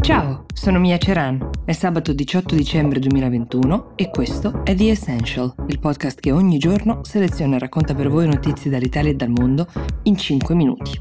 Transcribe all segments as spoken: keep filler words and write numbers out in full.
Ciao, sono Mia Ceran. È sabato diciotto dicembre duemilaventuno e questo è The Essential, il podcast che ogni giorno seleziona e racconta per voi notizie dall'Italia e dal mondo in cinque minuti.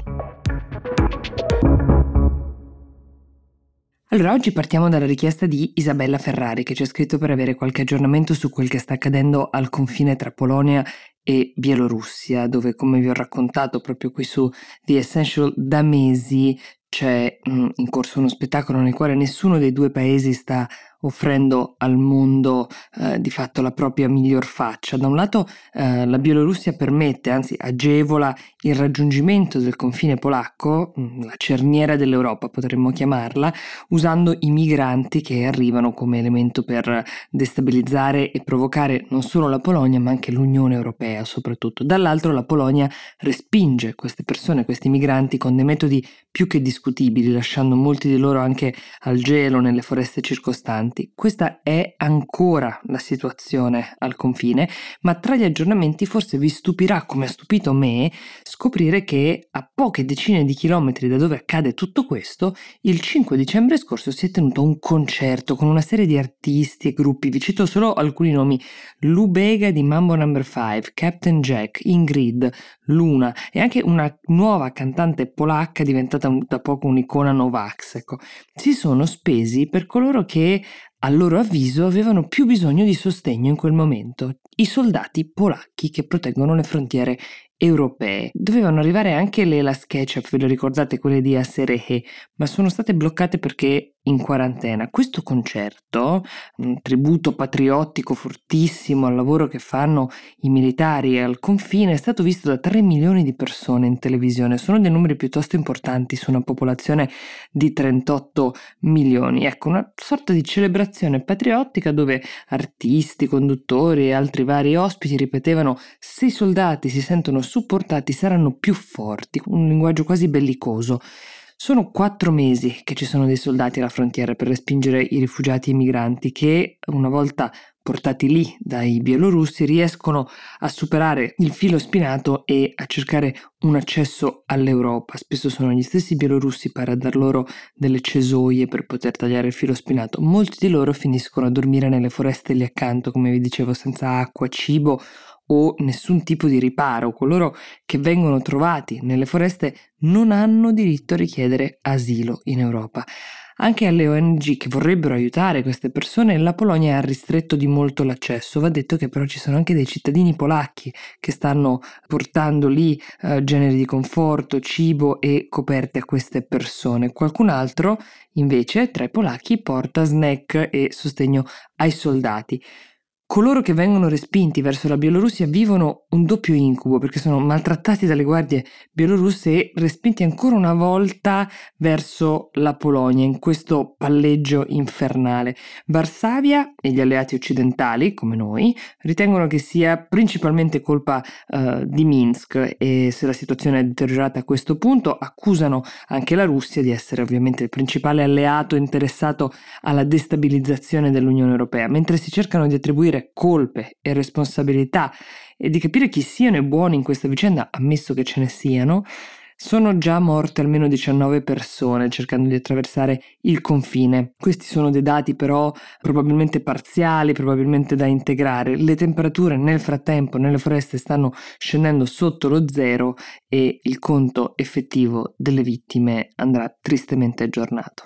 Allora, oggi partiamo dalla richiesta di Isabella Ferrari, che ci ha scritto per avere qualche aggiornamento su quel che sta accadendo al confine tra Polonia e Bielorussia, dove, come vi ho raccontato proprio qui su The Essential, da mesi c'è mh, in corso uno spettacolo nel quale nessuno dei due paesi sta offrendo al mondo eh, di fatto la propria miglior faccia. Da un lato eh, la Bielorussia permette, anzi agevola, il raggiungimento del confine polacco, mh, la cerniera dell'Europa potremmo chiamarla, usando i migranti che arrivano come elemento per destabilizzare e provocare non solo la Polonia ma anche l'Unione Europea soprattutto. Dall'altro la Polonia respinge queste persone, questi migranti con dei metodi più che discutibili, lasciando molti di loro anche al gelo nelle foreste circostanti. Questa è ancora la situazione al confine, ma tra gli aggiornamenti forse vi stupirà, come ha stupito me, scoprire che a poche decine di chilometri da dove accade tutto questo, il cinque dicembre scorso si è tenuto un concerto con una serie di artisti e gruppi. Vi cito solo alcuni nomi: Lubega di Mambo number five, Captain Jack, Ingrid, Luna e anche una nuova cantante polacca diventata un, da poco un'icona Novax. Ecco, si sono spesi per coloro che a loro avviso avevano più bisogno di sostegno in quel momento: i soldati polacchi che proteggono le frontiere europee. Dovevano arrivare anche le Las Ketchup, ve le ricordate, quelle di Aserehe, ma sono state bloccate perché in quarantena. Questo concerto, un tributo patriottico fortissimo al lavoro che fanno i militari al confine, è stato visto da tre milioni di persone in televisione. Sono dei numeri piuttosto importanti su una popolazione di trentotto milioni. Ecco, una sorta di celebrazione patriottica dove artisti, conduttori e altri vari ospiti ripetevano: se i soldati si sentono supportati saranno più forti, un linguaggio quasi bellicoso. Sono quattro mesi che ci sono dei soldati alla frontiera per respingere i rifugiati e i migranti che, una volta portati lì dai bielorussi, riescono a superare il filo spinato e a cercare un accesso all'Europa. Spesso sono gli stessi bielorussi per dar loro delle cesoie per poter tagliare il filo spinato. Molti di loro finiscono a dormire nelle foreste lì accanto, come vi dicevo, senza acqua, cibo o nessun tipo di riparo. Coloro che vengono trovati nelle foreste non hanno diritto a richiedere asilo in Europa. Anche alle O N G che vorrebbero aiutare queste persone la Polonia ha ristretto di molto l'accesso. Va detto che però ci sono anche dei cittadini polacchi che stanno portando lì eh, generi di conforto, cibo e coperte a queste persone. Qualcun altro invece tra i polacchi porta snack e sostegno ai soldati. Coloro che vengono respinti verso la Bielorussia vivono un doppio incubo, perché sono maltrattati dalle guardie bielorusse e respinti ancora una volta verso la Polonia, in questo palleggio infernale. Varsavia e gli alleati occidentali, come noi, ritengono che sia principalmente colpa uh, di Minsk, e se la situazione è deteriorata a questo punto accusano anche la Russia di essere ovviamente il principale alleato interessato alla destabilizzazione dell'Unione Europea, mentre si cercano di attribuire colpe e responsabilità e di capire chi siano i buoni in questa vicenda, ammesso che ce ne siano. Sono già morte almeno diciannove persone cercando di attraversare il confine. Questi sono dei dati però probabilmente parziali, probabilmente da integrare. Le temperature nel frattempo nelle foreste stanno scendendo sotto lo zero e il conto effettivo delle vittime andrà tristemente aggiornato.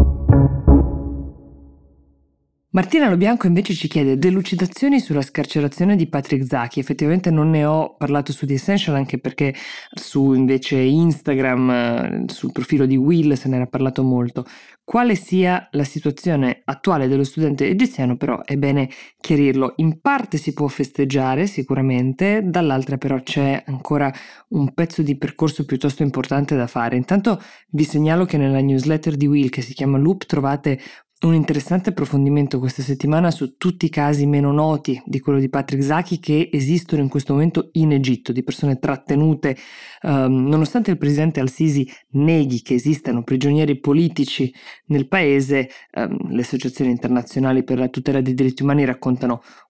Martina Lobianco invece ci chiede delucidazioni sulla scarcerazione di Patrick Zaki. Effettivamente non ne ho parlato su The Essential, anche perché su invece Instagram, sul profilo di Will, se ne era parlato molto. Quale sia la situazione attuale dello studente egiziano però è bene chiarirlo. In parte si può festeggiare sicuramente, dall'altra però c'è ancora un pezzo di percorso piuttosto importante da fare. Intanto vi segnalo che nella newsletter di Will, che si chiama Loop, trovate un interessante approfondimento questa settimana su tutti i casi meno noti di quello di Patrick Zaki che esistono in questo momento in Egitto, di persone trattenute um, nonostante il presidente al-Sisi neghi che esistano prigionieri politici nel paese. Um, le associazioni internazionali per la tutela dei diritti umani raccontano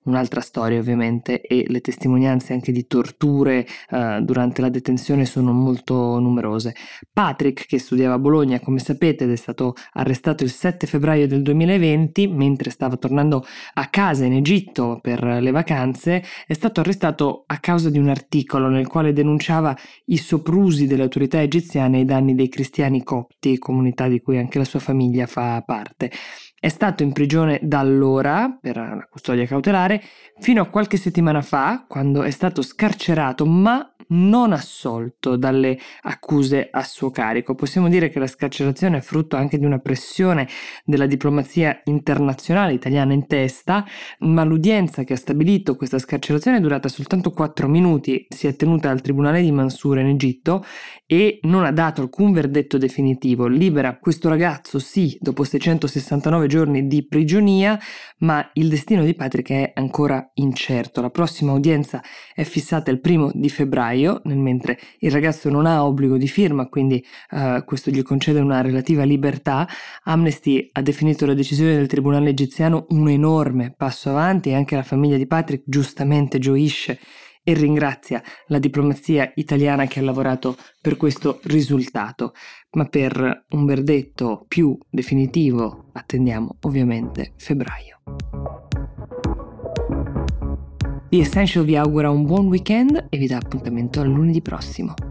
un'altra storia ovviamente, e le testimonianze anche di torture eh, durante la detenzione sono molto numerose. Patrick, che studiava a Bologna, come sapete, ed è stato arrestato il sette febbraio del duemilaventi mentre stava tornando a casa in Egitto per le vacanze, è stato arrestato a causa di un articolo nel quale denunciava i soprusi delle autorità egiziane ai danni dei cristiani copti, comunità di cui anche la sua famiglia fa parte. È stato in prigione da allora, per la custodia cautelare, fino a qualche settimana fa, quando è stato scarcerato, ma non assolto dalle accuse a suo carico. Possiamo dire che la scarcerazione è frutto anche di una pressione della diplomazia internazionale italiana in testa, ma l'udienza che ha stabilito questa scarcerazione è durata soltanto quattro minuti, si è tenuta al tribunale di Mansura in Egitto e non ha dato alcun verdetto definitivo. Libera questo ragazzo, sì, dopo seicentosessantanove giorni di prigionia, ma il destino di Patrick è ancora incerto. La prossima udienza è fissata il primo di febbraio, nel mentre il ragazzo non ha obbligo di firma, quindi uh, questo gli concede una relativa libertà. Amnesty ha definito la decisione del tribunale egiziano un enorme passo avanti e anche la famiglia di Patrick giustamente gioisce e ringrazia la diplomazia italiana che ha lavorato per questo risultato. Ma per un verdetto più definitivo attendiamo ovviamente febbraio. The Essential vi augura un buon weekend e vi dà appuntamento al lunedì prossimo.